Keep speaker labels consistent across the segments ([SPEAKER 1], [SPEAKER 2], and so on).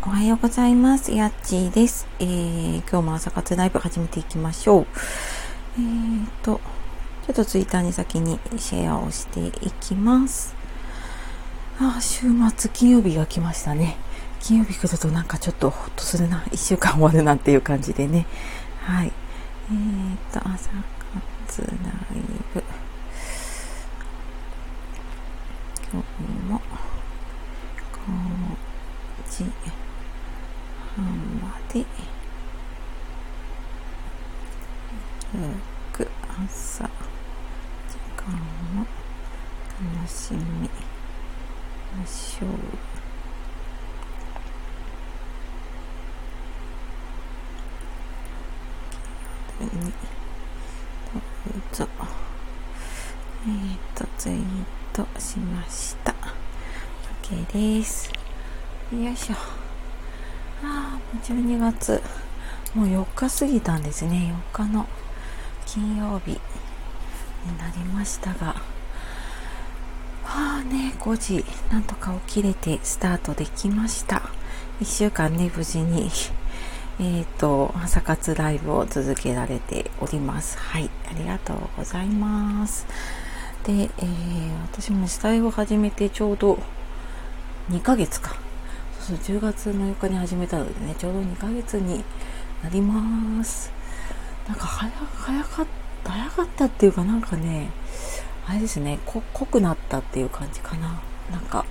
[SPEAKER 1] おはようございます。やっちーです。今日も朝活ライブ始めていきましょう。ちょっとツイッターに先にシェアをしていきます。週末金曜日が来ましたね。金曜日来るとなんかちょっとほっとするな。1週間終わるなっていう感じでね。はい。朝活ライブ。今日も5時半まで朝時間を楽しみましょう。どうぞ。ツイートしました。OK です。よいしょ。もう12月もう4日過ぎたんですね。4日の金曜日になりましたが、5時なんとか起きれてスタートできました。1週間ね、無事に朝活ライブを続けられております。はい、ありがとうございます。で、私もスタイフを始めてちょうど2ヶ月か。10月の4日に始めたのでね、ちょうど2ヶ月になります。なんか早かったっていうか、なんかね、あれですね、濃くなったっていう感じかな。なんか、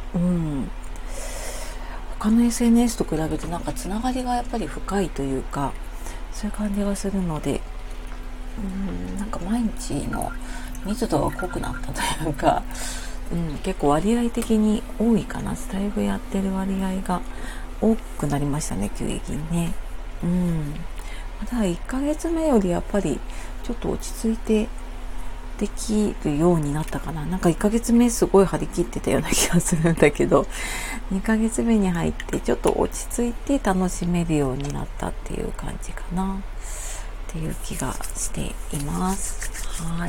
[SPEAKER 1] 他の SNS と比べてなんかつながりがやっぱり深いというか、そういう感じがするので、なんか毎日の密度が濃くなったというか、結構割合的に多いかな。スタイフやってる割合が多くなりましたね、急激にね。ただ1ヶ月目よりやっぱりちょっと落ち着いてできるようになったかな。なんか1ヶ月目すごい張り切ってたような気がするんだけど、2ヶ月目に入ってちょっと落ち着いて楽しめるようになったっていう感じかなっていう気がしています。はい。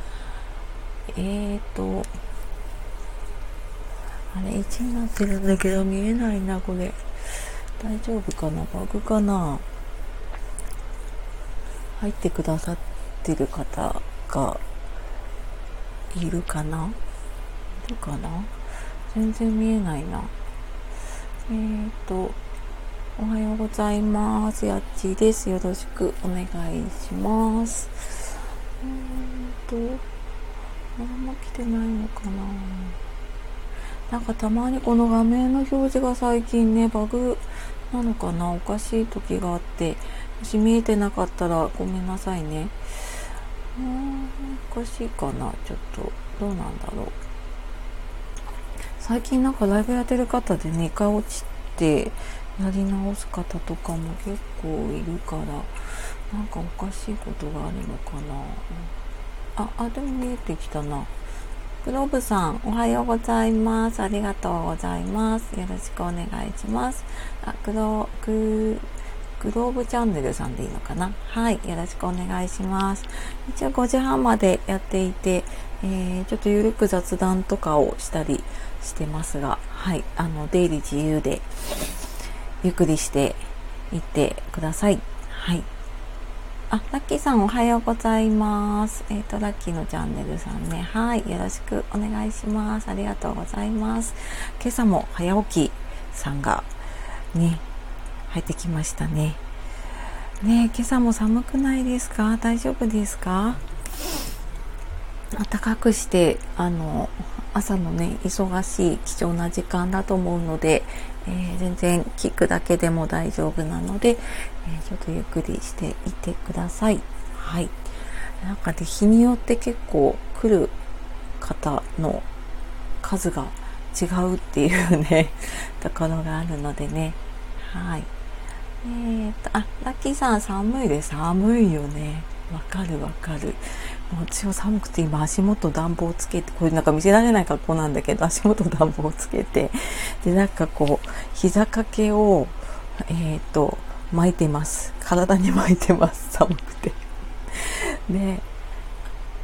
[SPEAKER 1] あれ1になってるんだけど見えないな、これ。大丈夫かな、バグかな。入ってくださってる方がいるかな、全然見えないな。おはようございます。やっちーです。よろしくお願いします。誰も来てないのかな。なんかたまにこの画面の表示が最近ね、バグなのかな、おかしい時があって、もし見えてなかったらごめんなさいね。おかしいかな、ちょっとどうなんだろう。最近なんかライブやってる方でね、一回落ちてやり直す方とかも結構いるから、なんかおかしいことがあるのかな。でも見えてきたな。グローブさん、おはようございます。ありがとうございます。よろしくお願いします。グローブチャンネルさんでいいのかな。はい、よろしくお願いします。一応5時半までやっていて、ちょっとゆるく雑談とかをしたりしてますが、はい、出入り自由でゆっくりしていってください。はい。ラッキーさんおはようございます。ラッキーのチャンネルさんね。はい。よろしくお願いします。ありがとうございます。今朝も早起きさんがね、入ってきましたね。今朝も寒くないですか？大丈夫ですか？暖かくして、朝のね、忙しい貴重な時間だと思うので、全然聞くだけでも大丈夫なので、ちょっとゆっくりしていてください。はい。なんかね、日によって結構来る方の数が違うっていうね、ところがあるのでね。はい。ラッキーさん寒いです。寒いよね。わかる。もう私は寒くて今足元暖房つけて、これなんか見せられない格好なんだけど、足元暖房つけて、でなんかこう膝掛けを巻いてます。体に巻いてます。寒くて。で、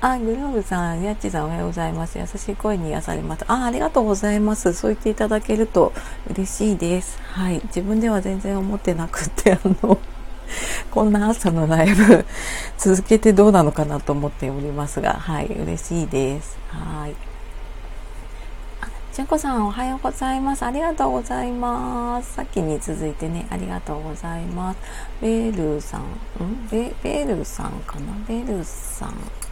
[SPEAKER 1] グローブさん、やっちさんおはようございます。優しい声に癒されます。ありがとうございます。そう言っていただけると嬉しいです。はい。自分では全然思ってなくて、こんな朝のライブ続けてどうなのかなと思っておりますが、はい。嬉しいです。はい。じゅんこさんおはようございます。ありがとうございます。さっきに続いてね、ありがとうございます。ベルさん、ベルさんかなベルさん。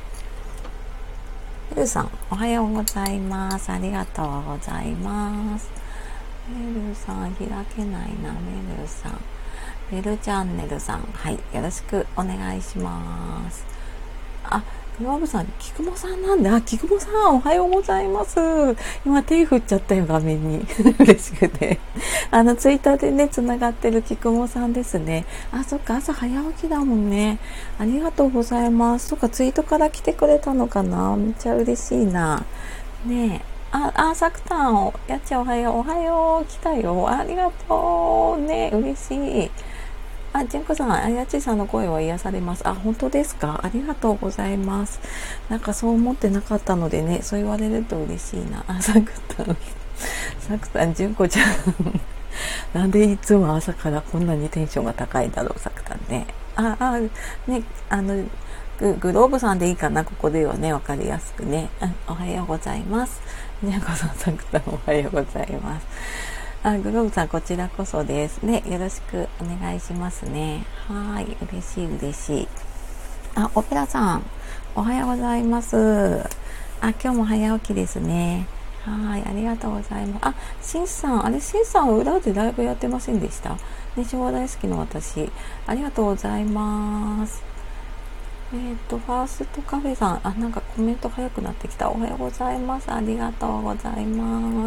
[SPEAKER 1] ベルさん、おはようございます。ありがとうございます。ベルさん、開けないな、ベルさん。ベルチャンネルさん、はい、よろしくお願いします。グローブさん、菊もさんなんだ。菊もさん、おはようございます。今手振っちゃったよ、画面に。嬉しくて。ツイッターでね、つながってる菊もさんですね。そっか、朝早起きだもんね。ありがとうございます。そっか、ツイートから来てくれたのかな。めっちゃ嬉しいな。ねえ。サクタン、やっちゃおはよう。おはよう、来たよ。ありがとう。ね、嬉しい。ジェンコさん、やちさんの声は癒されます。本当ですか？ありがとうございます。なんかそう思ってなかったのでね、そう言われると嬉しいな。サクタン、ジェンコちゃん。なんでいつも朝からこんなにテンションが高いんだろう、サクタンね。ね、グローブさんでいいかな、ここではね、わかりやすくね。おはようございます。ジェンコさん、サクタン、おはようございます。グローブさん、こちらこそですね。よろしくお願いしますね。はい。嬉しい、嬉しい。オペラさん、おはようございます。今日も早起きですね。はい。ありがとうございます。シンさん、シンさんは裏でライブやってませんでした？ね、昭和大好きの私。ありがとうございます。ファーストカフェさん、なんかコメント早くなってきた。おはようございます。ありがとうございます。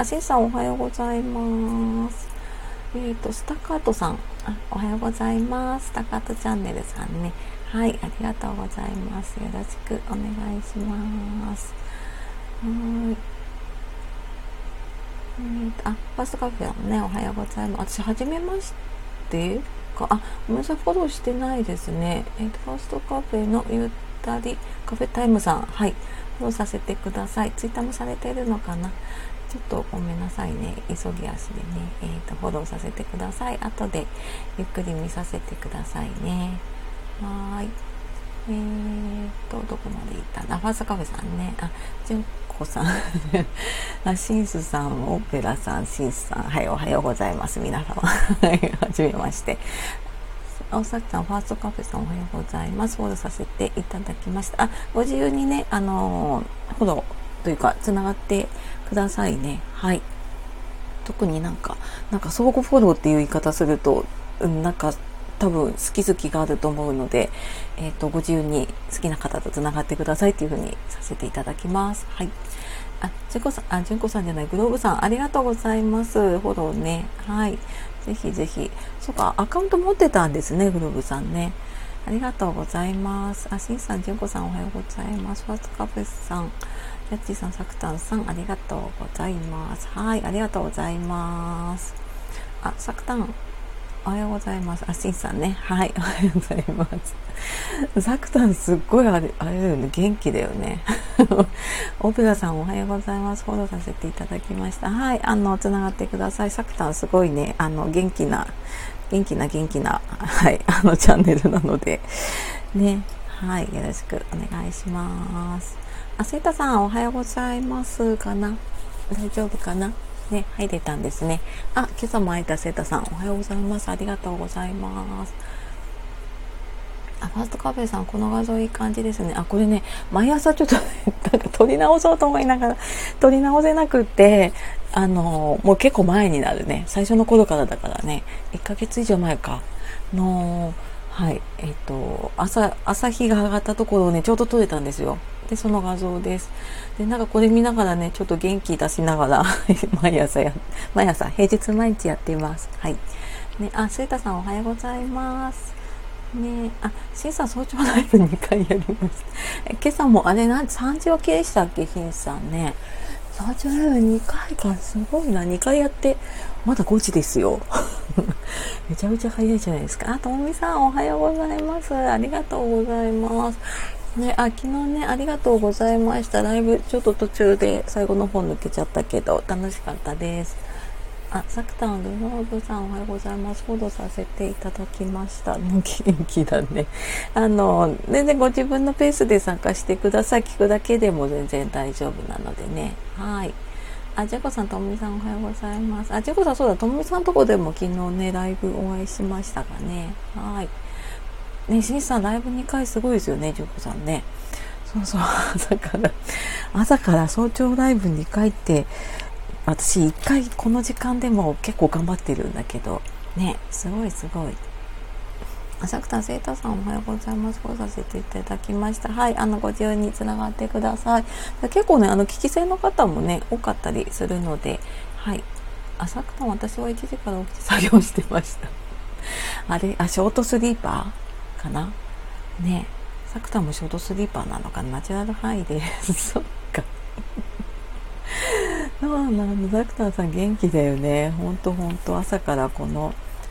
[SPEAKER 1] シンさんおはようございます。スタカートさん、おはようございます。スタカートチャンネルさんね。はい、ありがとうございます。よろしくお願いします。ファーストカフェさんね、おはようございます。私、はじめましてごめんなさい、フォローしてないですね。ファーストカフェのゆったりカフェタイムさん、はい、フォローさせてください。ツイッターもされてるのかな。ちょっとごめんなさいね、急ぎ足でね、フォローさせてください。後でゆっくり見させてくださいね。はい。どこまで行ったんだ。ファーストカフェさんね。じゅんこさん。シンスさん、オペラさん、シンスさん。はい、おはようございます。皆様。はい、はじめまして。さきさん、ファーストカフェさん、おはようございます。フォローさせていただきました。ご自由にね、フォローというか、つながってくださいね。はい。特になんか相互フォローっていう言い方すると、多分好きがあると思うので、ご自由に好きな方とつながってくださいというふうにさせていただきます。はい。じゅんこさんじゃない、グローブさん、ありがとうございます。フォローね。はい。ぜひぜひ。そうか、アカウント持ってたんですね、グローブさんね。ありがとうございます。しんさん、じゅんこさん、おはようございます。ファーストカフェさん、やっちーさん、さくたんさん、ありがとうございます。はい、ありがとうございます。さくたん、おはようございます。しんさんね。はい、おはようございます。さくたん、すっごいあれだよね、元気だよね。オペラさん、おはようございます。フォローさせていただきました。はい、つながってください。さくたん、すごいね、元気な、はい、チャンネルなので、ね、はい、よろしくお願いします。セータさん、おはようございますかな？大丈夫かな？ね、入れたんですね。今朝も会えたセータさん、おはようございます。ありがとうございます。ファーストカフェさん、この画像いい感じですね。これね、毎朝ちょっとなんか撮り直そうと思いながら撮り直せなくって、もう結構前になるね。最初の頃からだからね、1ヶ月以上前かの、はい、朝日が上がったところをね、ちょうど撮れたんですよ。で、その画像です。で、なんかこれ見ながらね、ちょっと元気出しながら毎朝、平日毎日やっています。はい。ね、スータさん、おはようございます。ね、シンさん、早朝ライブ2回やりました。今朝も3時起きでしたっけ、シンさんね。早朝ライブ2回か、すごいな。2回やって、まだ5時ですよ。めちゃめちゃ早いじゃないですか。ともみさん、おはようございます。ありがとうございます。 ね、昨日ね、ありがとうございました。ライブ、ちょっと途中で最後の方抜けちゃったけど、楽しかったです。さくたん、ルノーブさんおはようございます。フォローさせていただきました。元気だね。全然ご自分のペースで参加してください。聞くだけでも全然大丈夫なのでね。はい。ジェコさん、ともみさんおはようございます。ジェコさん、そうだ、ともみさんとこでも昨日ね、ライブお会いしましたがね。はい。ね、しんさん、ライブ2回すごいですよね、ジェコさんね。そう、朝から早朝ライブ2回って、私1回この時間でも結構頑張ってるんだけど、ね、すごい。さくたん、せいたさんおはようございます。ごさせていただきました。はい、ご自由につながってください。結構ね、聞き戦の方もね、多かったりするので、はい。さくたん、私は1時から起きて作業してました。ショートスリーパーかなね。さくたんもショートスリーパーなのかな。ナチュラルハイです。そっか。そうなんだ。ザクターさん元気だよね。ほんと朝からこの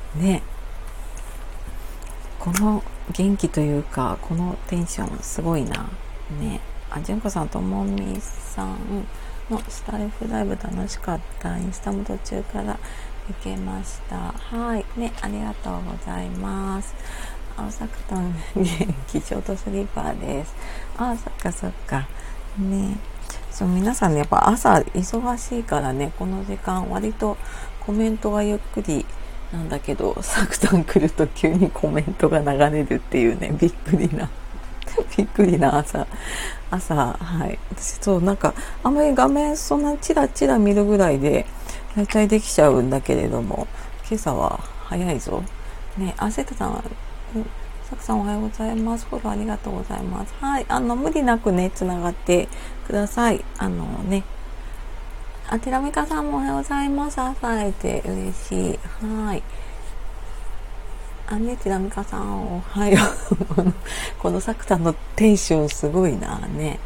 [SPEAKER 1] 元気というか、このテンションすごいな。ね。じゅんこさん、ともみさんのスタイフライブ楽しかった。インスタも途中から行けました。はい。ね、ありがとうございます。さくたん元気、ショートスリーパーです。そっか。ね。そう、皆さんね、やっぱ朝忙しいからね、この時間割とコメントがゆっくりなんだけど、サクタン来ると急にコメントが流れるっていうね、びっくりな朝、はい。私あんまり画面そんなチラチラ見るぐらいで、だいたいできちゃうんだけれども、今朝は早いぞ。ね、セタさん、さくさんおはようございます。フォローありがとうございます。はい。無理なくね、つながってください。テラミカさんもおはようございます。朝会えて嬉しい。はい。テラミカさんおはよう。このサクタのテンションすごいな、ね。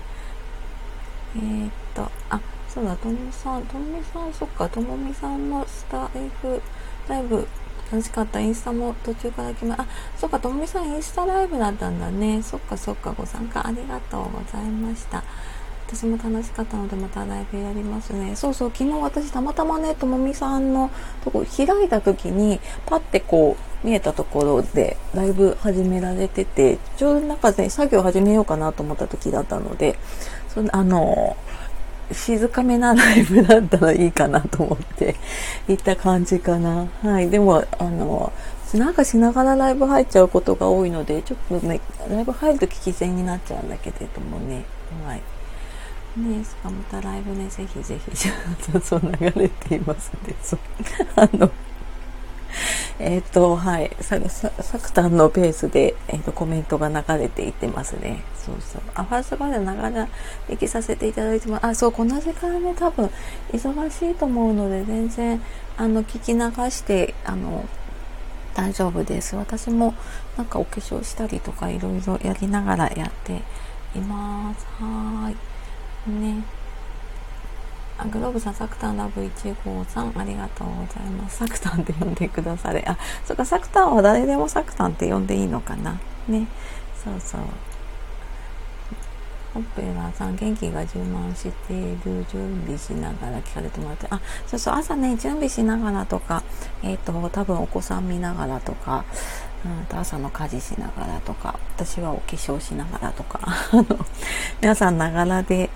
[SPEAKER 1] そうだ、ともみさん、そっか、ともみさんのスタイフライブ、楽しかった。インスタも途中から来まそっか、ともみさんインスタライブだったんだね。そっか、ご参加ありがとうございました。私も楽しかったのでまたライブやりますね。そう、昨日私たまたまね、ともみさんのとこ開いた時にパッてこう見えたところでライブ始められてて、ちょうどで作業始めようかなと思った時だったので、静かめなライブだったらいいかなと思って行った感じかな。はい。でもしながらライブ入っちゃうことが多いので、ちょっとね、ライブ入ると聞き戦になっちゃうんだけれどもね。はい。ね、またライブね、ぜひそう流れていますね。はい。サクタンのペースで、コメントが流れていってますね。そう。ファーストバーでながら行きさせていただいてます。この時間ね、多分、忙しいと思うので、全然、聞き流して、大丈夫です。私も、お化粧したりとか、いろいろやりながらやっています。はーい。ね。グローブさん、サクタンラブ1号さん、ありがとうございます。サクタンって呼んでくだされ。そっか、サクタンは誰でもサクタンって呼んでいいのかな。ね。そう。ホッペラーさん、元気が充満している、準備しながら聞かれてもらって、そう、朝ね、準備しながらとか、多分お子さん見ながらとか、朝の家事しながらとか、私はお化粧しながらとか、皆さんながらで、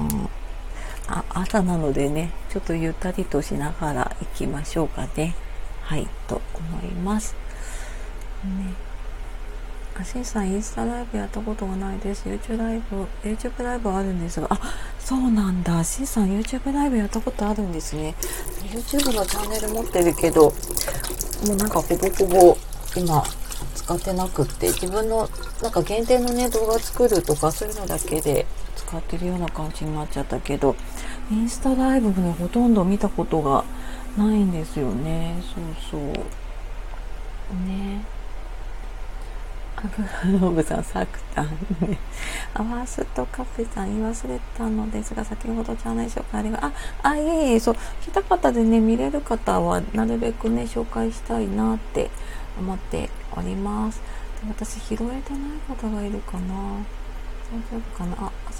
[SPEAKER 1] 朝なのでね、ちょっとゆったりとしながら行きましょうかね。はい、と思います。ね。シンさん、インスタライブやったことがないです。YouTube ライブあるんですが、そうなんだ。シンさん、YouTube ライブやったことあるんですね。YouTube のチャンネル持ってるけど、もうほぼ今使ってなくって、自分の限定のね、動画作るとかそういうのだけで使ってるような感じになっちゃったけど、インスタライブもね、ほとんど見たことがないんですよね。そうね。ノブさん、サクタンね。ファーストカフェさん言い忘れたのですが、先ほどチャンネル紹介いえ、そう、来た方でね、見れる方はなるべくね、紹介したいなって思っております。で、私、拾えてない方がいるかな。 丈夫かな。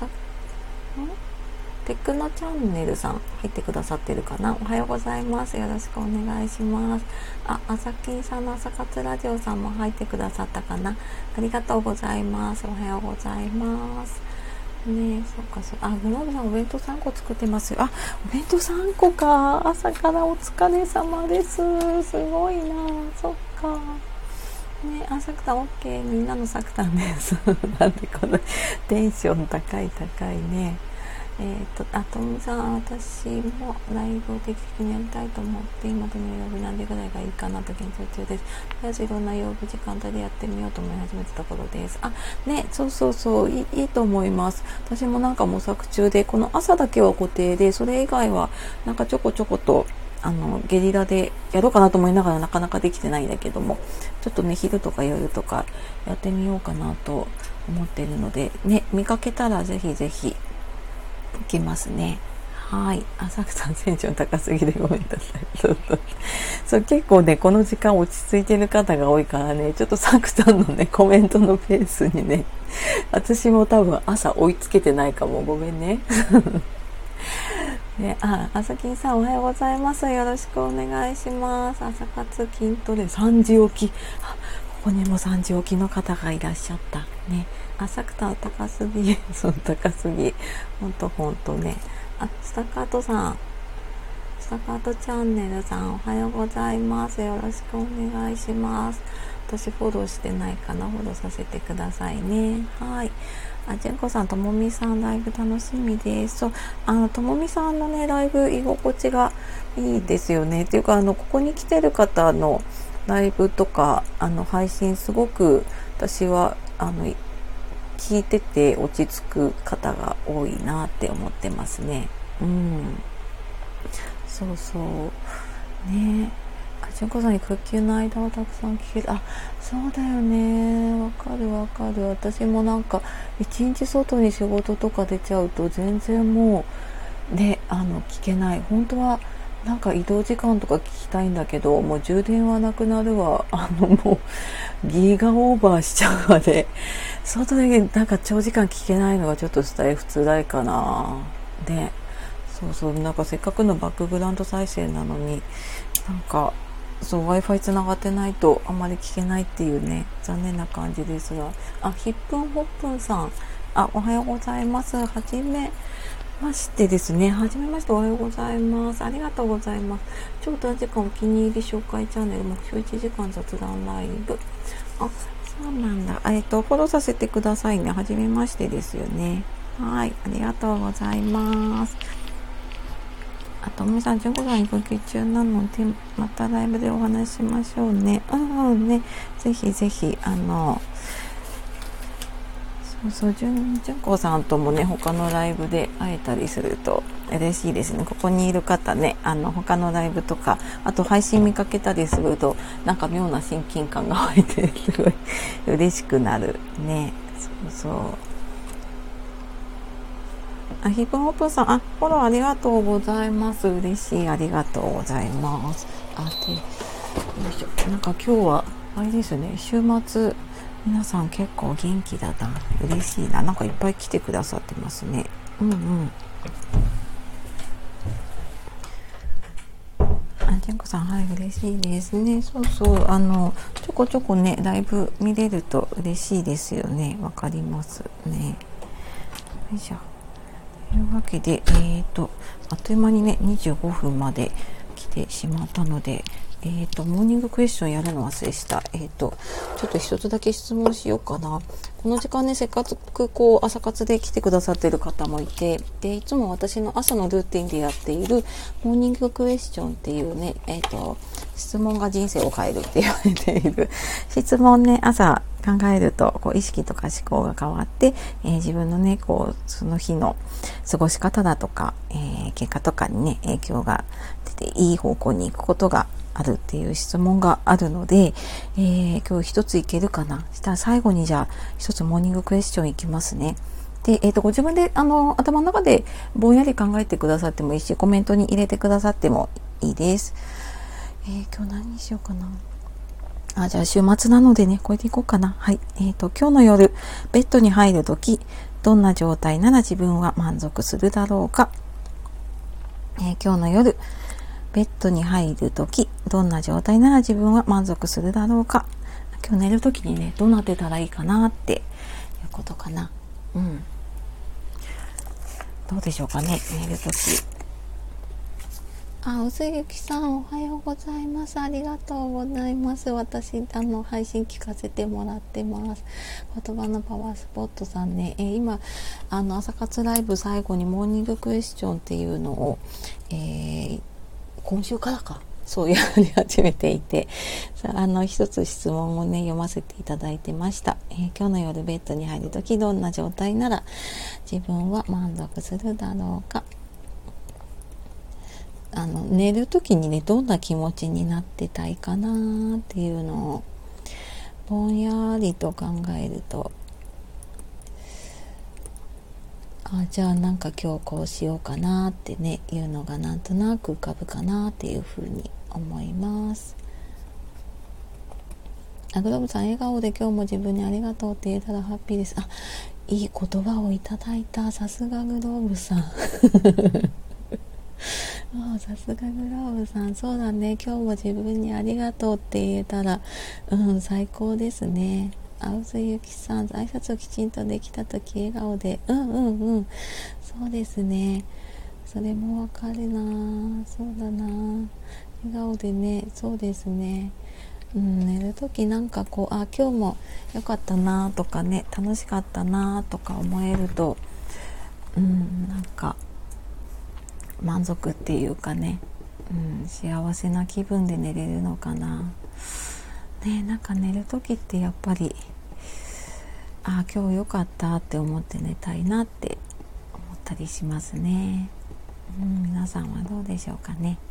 [SPEAKER 1] テクノチャンネルさん入ってくださってるかな。おはようございます。よろしくお願いします。朝金さんの朝活ラジオさんも入ってくださったかな。ありがとうございます。おはようございます。ね、そっかグローブさんお弁当3個作ってますよ。お弁当3個か。朝からお疲れ様です。すごいな。そっか。ね、サクタン OK。みんなのサクタンです。なんでこのテンション高いね。ともさん、私もライブを定期的にやりたいと思って、今どの曜日何時ぐらいがいいかなと検討中です。とりあえずいろんな曜日時間帯でやってみようと思い始めたところです。ね、そういいと思います。私もなんか模索中で、この朝だけは固定で、それ以外はなんかちょこちょことゲリラでやろうかなと思いながらなかなかできてないんだけども、ちょっとね、昼とか夜とかやってみようかなと思っているので、ね、見かけたらぜひぜひいけますね。はい。サクさんテンション高すぎでごめんなさい。そう結構ね、この時間落ち着いてる方が多いからね、ちょっとサクさんのね、コメントのペースにね、私も多分朝追いつけてないかも。ごめんね。ね、朝金さんおはようございます。よろしくお願いします。朝活筋トレ3時起き。ここにも3時起きの方がいらっしゃった。ね。サクタン高すぎ。高すぎ。ほんとね。スタカートさん。スタカートチャンネルさんおはようございます。よろしくお願いします。私フォローしてないかな。フォローさせてくださいね。はい。ジェンコさん、ともみさんライブ楽しみです。ともみさんのね、ライブ居心地がいいですよね。っていうか、ここに来てる方のライブとか、配信すごく私は、聞いてて落ち着く方が多いなって思ってますね。そうね。ジュンコさん、育休の間はたくさん聞ける。そうだよね。わかる。私もなんか一日外に仕事とか出ちゃうと全然もうね、聞けない。本当はなんか移動時間とか聞きたいんだけど、もう充電はなくなるわ。もうギガオーバーしちゃうまで外でなんか長時間聞けないのがちょっとスタイフ辛いかな。で、なんかせっかくのバックグラウンド再生なのになんかWi-Fi つながってないとあまり聞けないっていうね、残念な感じですが。ヒップンホップンさん。おはようございます。はじめましてですね。はじめまして、おはようございます。ありがとうございます。超短時間お気に入り紹介チャンネル、目標1時間雑談ライブ。そうなんだ。フォローさせてくださいね。はじめましてですよね。はい。ありがとうございます。ともみさん、15歳育休中なので、またライブでお話ししましょうね。ね。ぜひ、じゅんこさんともね、他のライブで会えたりすると嬉しいですね。ここにいる方ね、他のライブとか、あと配信見かけたりすると、なんか妙な親近感が湧いて、すごい嬉しくなるね。ヒップホップさん、フォローありがとうございます。嬉しい、ありがとうございます。よいしょ。なんか今日は、あれですね、週末、皆さん結構元気だな。嬉しいな。なんかいっぱい来てくださってますね。ジェンコさん、はい、嬉しいですね。ちょこちょこね、ライブ見れると嬉しいですよね。わかりますね。よいしょ。というわけで、あっという間にね、25分まで来てしまったので、モーニングクエスチョンやるの忘れした。ちょっと一つだけ質問しようかな。この時間ね、せっかく朝活で来てくださっている方もいて、で、いつも私の朝のルーティンでやっているモーニングクエスチョンっていうね、質問が人生を変えるって言われている質問ね、朝考えると意識とか思考が変わって、自分のねその日の過ごし方だとか、結果とかにね影響が出ていい方向に行くことがあるっていう質問があるので、今日一ついけるかな。したら最後にじゃあ一つモーニングクエスチョンいきますね。で、ご自分で頭の中でぼんやり考えてくださってもいいし、コメントに入れてくださってもいいです。今日何にしようかな。じゃあ週末なのでね、これでいこうかな。はい。今日の夜、ベッドに入るとき、 どんな状態なら自分は満足するだろうか。今日の夜ベッドに入るとき、どんな状態なら自分は満足するだろうか。今日寝るときにね、どうなってたらいいかなっていうことかな。どうでしょうかね、寝るとき。うすゆきさん、おはようございます。ありがとうございます。私、配信聞かせてもらってます。言葉のパワースポットさんね、今、朝活ライブ最後にモーニングクエスチョンっていうのを、今週からか。そうやり始めていて、一つ質問をね、読ませていただいてました。今日の夜ベッドに入るとき、どんな状態なら自分は満足するだろうか。寝るときにね、どんな気持ちになってたいかなっていうのをぼんやりと考えると、じゃあなんか今日こうしようかなってね、いうのがなんとなく浮かぶかなっていうふうに思います。グローブさん、笑顔で今日も自分にありがとうって言えたらハッピーです。いい言葉をいただいた。さすがグローブさんさすがグローブさん。そうだね、今日も自分にありがとうって言えたら最高ですね。うすゆきさん、挨拶をきちんとできたとき笑顔でそうですね、それもわかるな。そうだな、笑顔でね、そうですね。寝るときなんかこう今日も良かったなとかね、楽しかったなとか思えるとなんか満足っていうかね、幸せな気分で寝れるのかな。なんか寝るときってやっぱり今日良かったって思って寝たいなって思ったりしますね。皆さんはどうでしょうかね。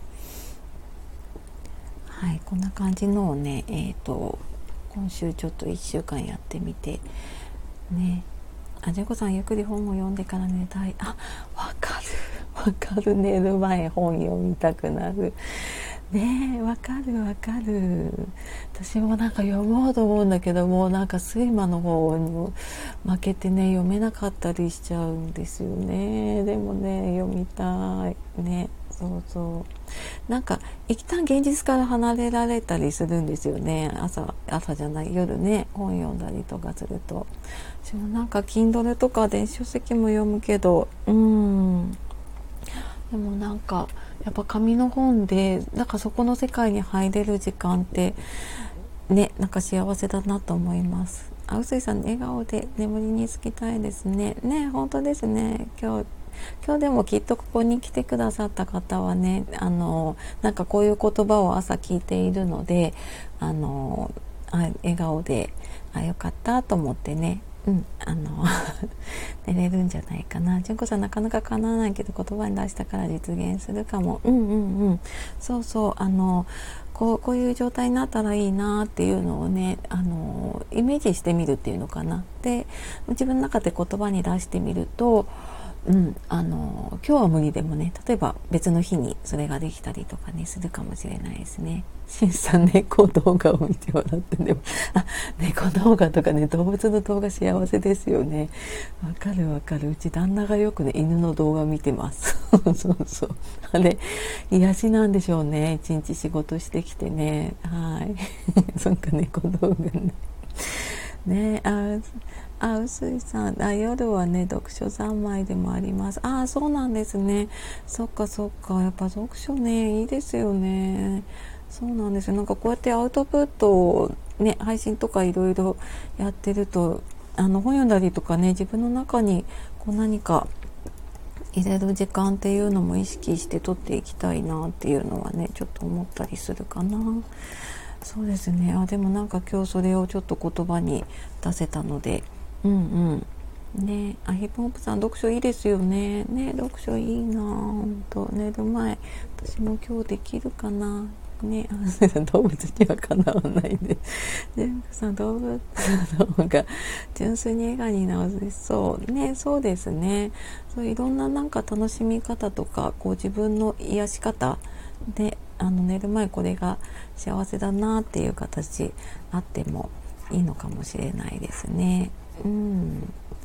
[SPEAKER 1] はい、こんな感じのをね、今週ちょっと1週間やってみてね。ジェコさん、ゆっくり本を読んでから寝たい。わかる。寝る前本読みたくなるね。わかる。私もなんか読もうと思うんだけども、なんか睡魔の方に負けてね、読めなかったりしちゃうんですよね。でもね、読みたいね。そうなんか一旦現実から離れられたりするんですよね。朝じゃない、夜ね、本読んだりとかすると。私もなんか Kindle とか電子書籍も読むけど、でもなんかやっぱ紙の本でなんかそこの世界に入れる時間ってね、なんか幸せだなと思います。うすいさん、笑顔で眠りにつきたいですね。本当ですね。今日でもきっとここに来てくださった方はね、なんかこういう言葉を朝聞いているので、笑顔でよかったと思ってね、寝れるんじゃないかな。純子さん、なかなか叶わないけど言葉に出したから実現するかも。そうこういう状態になったらいいなっていうのをね、イメージしてみるっていうのかな。で、自分の中で言葉に出してみると、今日は無理でもね、例えば別の日にそれができたりとかね、するかもしれないですね。しんさん、猫動画を見てもらって、でも猫動画とかね、動物の動画幸せですよね。わかる。うち旦那がよくね、犬の動画見てますそうあれ癒しなんでしょうね。一日仕事してきてね、そっか、猫動画ねうすいさん、夜はね、読書三昧でもあります。そうなんですね。そっか、やっぱ読書ね、いいですよね。そうなんですよ。なんかこうやってアウトプットをね、配信とかいろいろやってると、本読んだりとかね、自分の中にこう何か入れる時間っていうのも意識して取っていきたいなっていうのはね、ちょっと思ったりするかな。そうですね。でもなんか今日それをちょっと言葉に出せたので、ヒップホップさん、読書いいですよね。読書いいな、本当。寝る前、私も今日できるかな。動物にはかなわないんで。動物の方が純粋に笑顔に直せそうね。そうですね。そういろんななんか楽しみ方とか、こう自分の癒し方で、寝る前これが幸せだなっていう形あってもいいのかもしれないですね。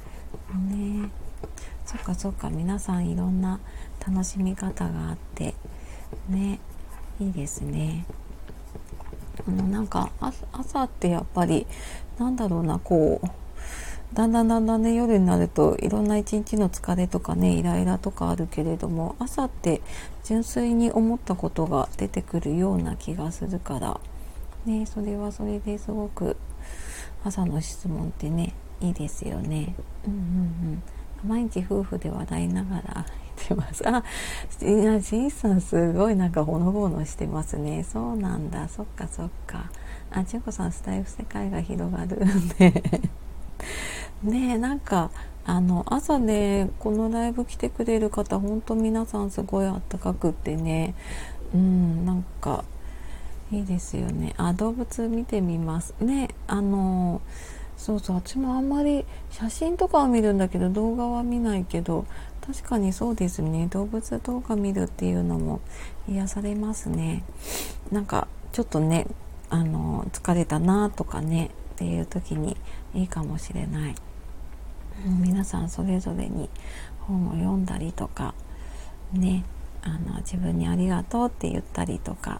[SPEAKER 1] ね。そっかそっか、皆さんいろんな楽しみ方があってね、いいですね。なんか朝ってやっぱりなんだろうな、こうだんだんね、夜になるといろんな一日の疲れとかね、イライラとかあるけれども、朝って純粋に思ったことが出てくるような気がするからね、それはそれですごく朝の質問ってね、いいですよね。毎日夫婦で話題ながら言ってます。いや、しんさんすごいなんかほのぼのしてますね。そうなんだ、そっかそっか。ちゅうこさん、スタイフ世界が広がるんでねえ、なんか朝ね、このライブ来てくれる方、本当皆さんすごいあったかくってね、なんかいいですよね。動物見てみますね。そうそう、私もあんまり写真とかは見るんだけど動画は見ないけど、確かにそうですね、動物動画見るっていうのも癒されますね。なんかちょっとね、疲れたなとかねっていう時にいいかもしれない。皆さんそれぞれに本を読んだりとかね、自分にありがとうって言ったりとか、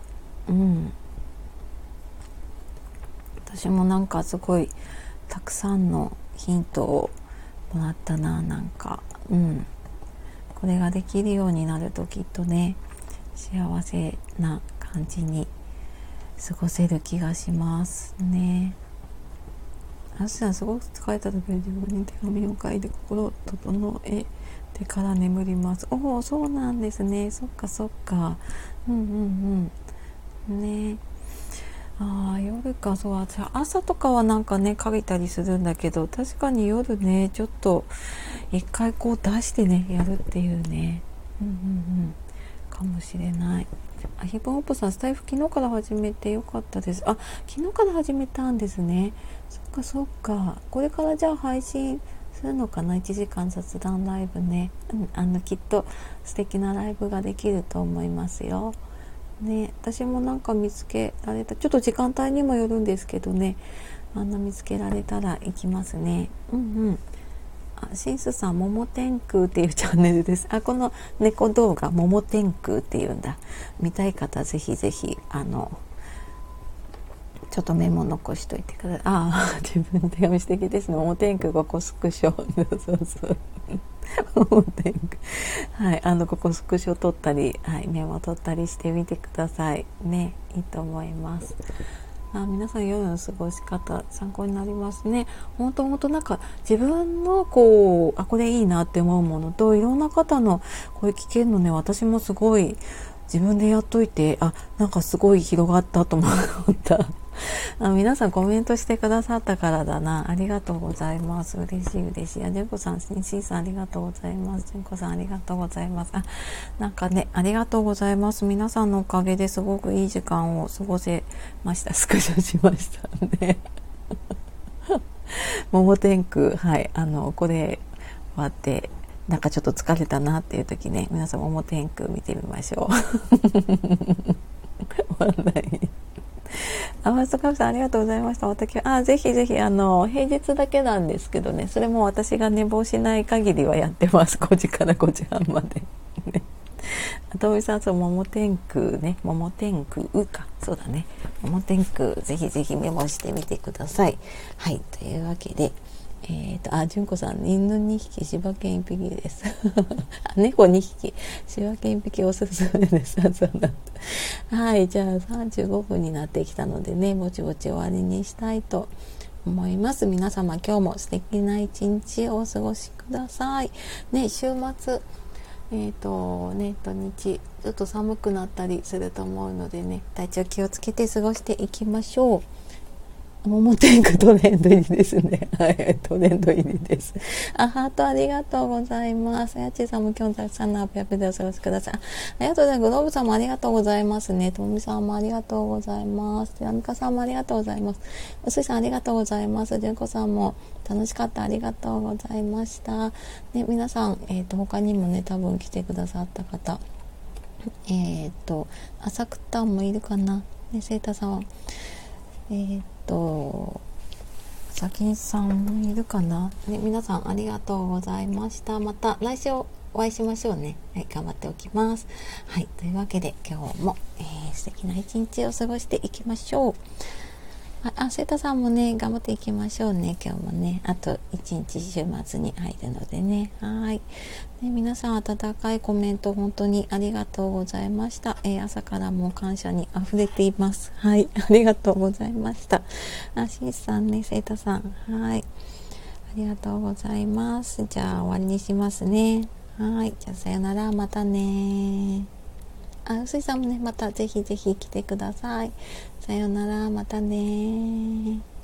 [SPEAKER 1] 私もなんかすごいたくさんのヒントをもらったな。なんかこれができるようになるときっとね、幸せな感じに過ごせる気がしますね。さん、すごく疲れた時は自分に手紙を書いて心を整えてから眠ります。おお、そうなんですね。そっかそっか。ね。夜か。そう、朝とかはなんかね書いたりするんだけど、確かに夜ね、ちょっと一回こう出してねやるっていうね、かもしれない。ヒップホップさん、スタイフ昨日から始めてよかったです。昨日から始めたんですね。そっかそっか。これからじゃあ配信するのかな、1時間雑談ライブね。きっと素敵なライブができると思いますよ。ね、私もなんか見つけられた、ちょっと時間帯にもよるんですけどね、見つけられたら行きますね。シンスさん、もも天空っていうチャンネルです。この猫動画、もも天空っていうんだ。見たい方ぜひぜひちょっとメモ残しといてください。自分の手紙素敵ですね。もも天空ここスクショそうもも天空、はい、ここスクショ撮ったり、メモ取ったりしてみてくださいね。いいと思います。皆さん夜の過ごし方参考になりますね。本当なんか自分のこれいいなって思うものと、いろんな方の声聞けるのね、私もすごい自分でやっといて、なんかすごい広がったと思った皆さんコメントしてくださったからだな。ありがとうございます。嬉しい。ジェンコさん、シンさんありがとうございます。ジェンコさんありがとうございます。なんかね、ありがとうございます。皆さんのおかげですごくいい時間を過ごせました。スクショしましたね桃天空、これ終わってなんかちょっと疲れたなっていう時ね、皆さん桃天空見てみましょう終わんないファーストカフさんありがとうございました。ぜひぜひ平日だけなんですけどね、それも私が寝坊しない限りはやってます。5時から5時半までね。とみさん、桃天空ね、桃天空か、そうだね、桃天空ぜひぜひメモしてみてください。はい、というわけで純子さん、犬2匹、柴犬1匹です猫2匹、柴犬1匹おすすめです。そうなんだ。はい、じゃあ35分になってきたのでね、ぼちぼち終わりにしたいと思います。皆様、今日も素敵な一日をお過ごしください。ね、週末土日ちょっと寒くなったりすると思うのでね、体調気をつけて過ごしていきましょう。桃天空トレンド入りですね。はい、トレンド入りです。ハートありがとうございます。やちさんも今日たくさんのアップアップでお過ごしください。ありがとうございます。グローブさんもありがとうございますね。ともみさんもありがとうございます。てらみかさんもありがとうございます。うすいさんありがとうございます。じゅんこさんも楽しかった。ありがとうございました。ね、皆さん、他にもね、多分来てくださった方、浅草もいるかな。ね、セイタさんは、 さきんさんもいるかな、ね、皆さんありがとうございました。また来週お会いしましょうね。はい、頑張っておきます。はい、というわけで今日も、素敵な一日を過ごしていきましょう。セータさんもね、頑張っていきましょうね。今日もね、あと1日週末に入るのでね。はい。ね、皆さん温かいコメント本当にありがとうございました。朝からも感謝に溢れています。はい。ありがとうございました。シンさんね、セータさん。はい。ありがとうございます。じゃあ終わりにしますね。はい。じゃあさよなら。またね。うすいさんもね、またぜひぜひ来てください。さよなら、またね。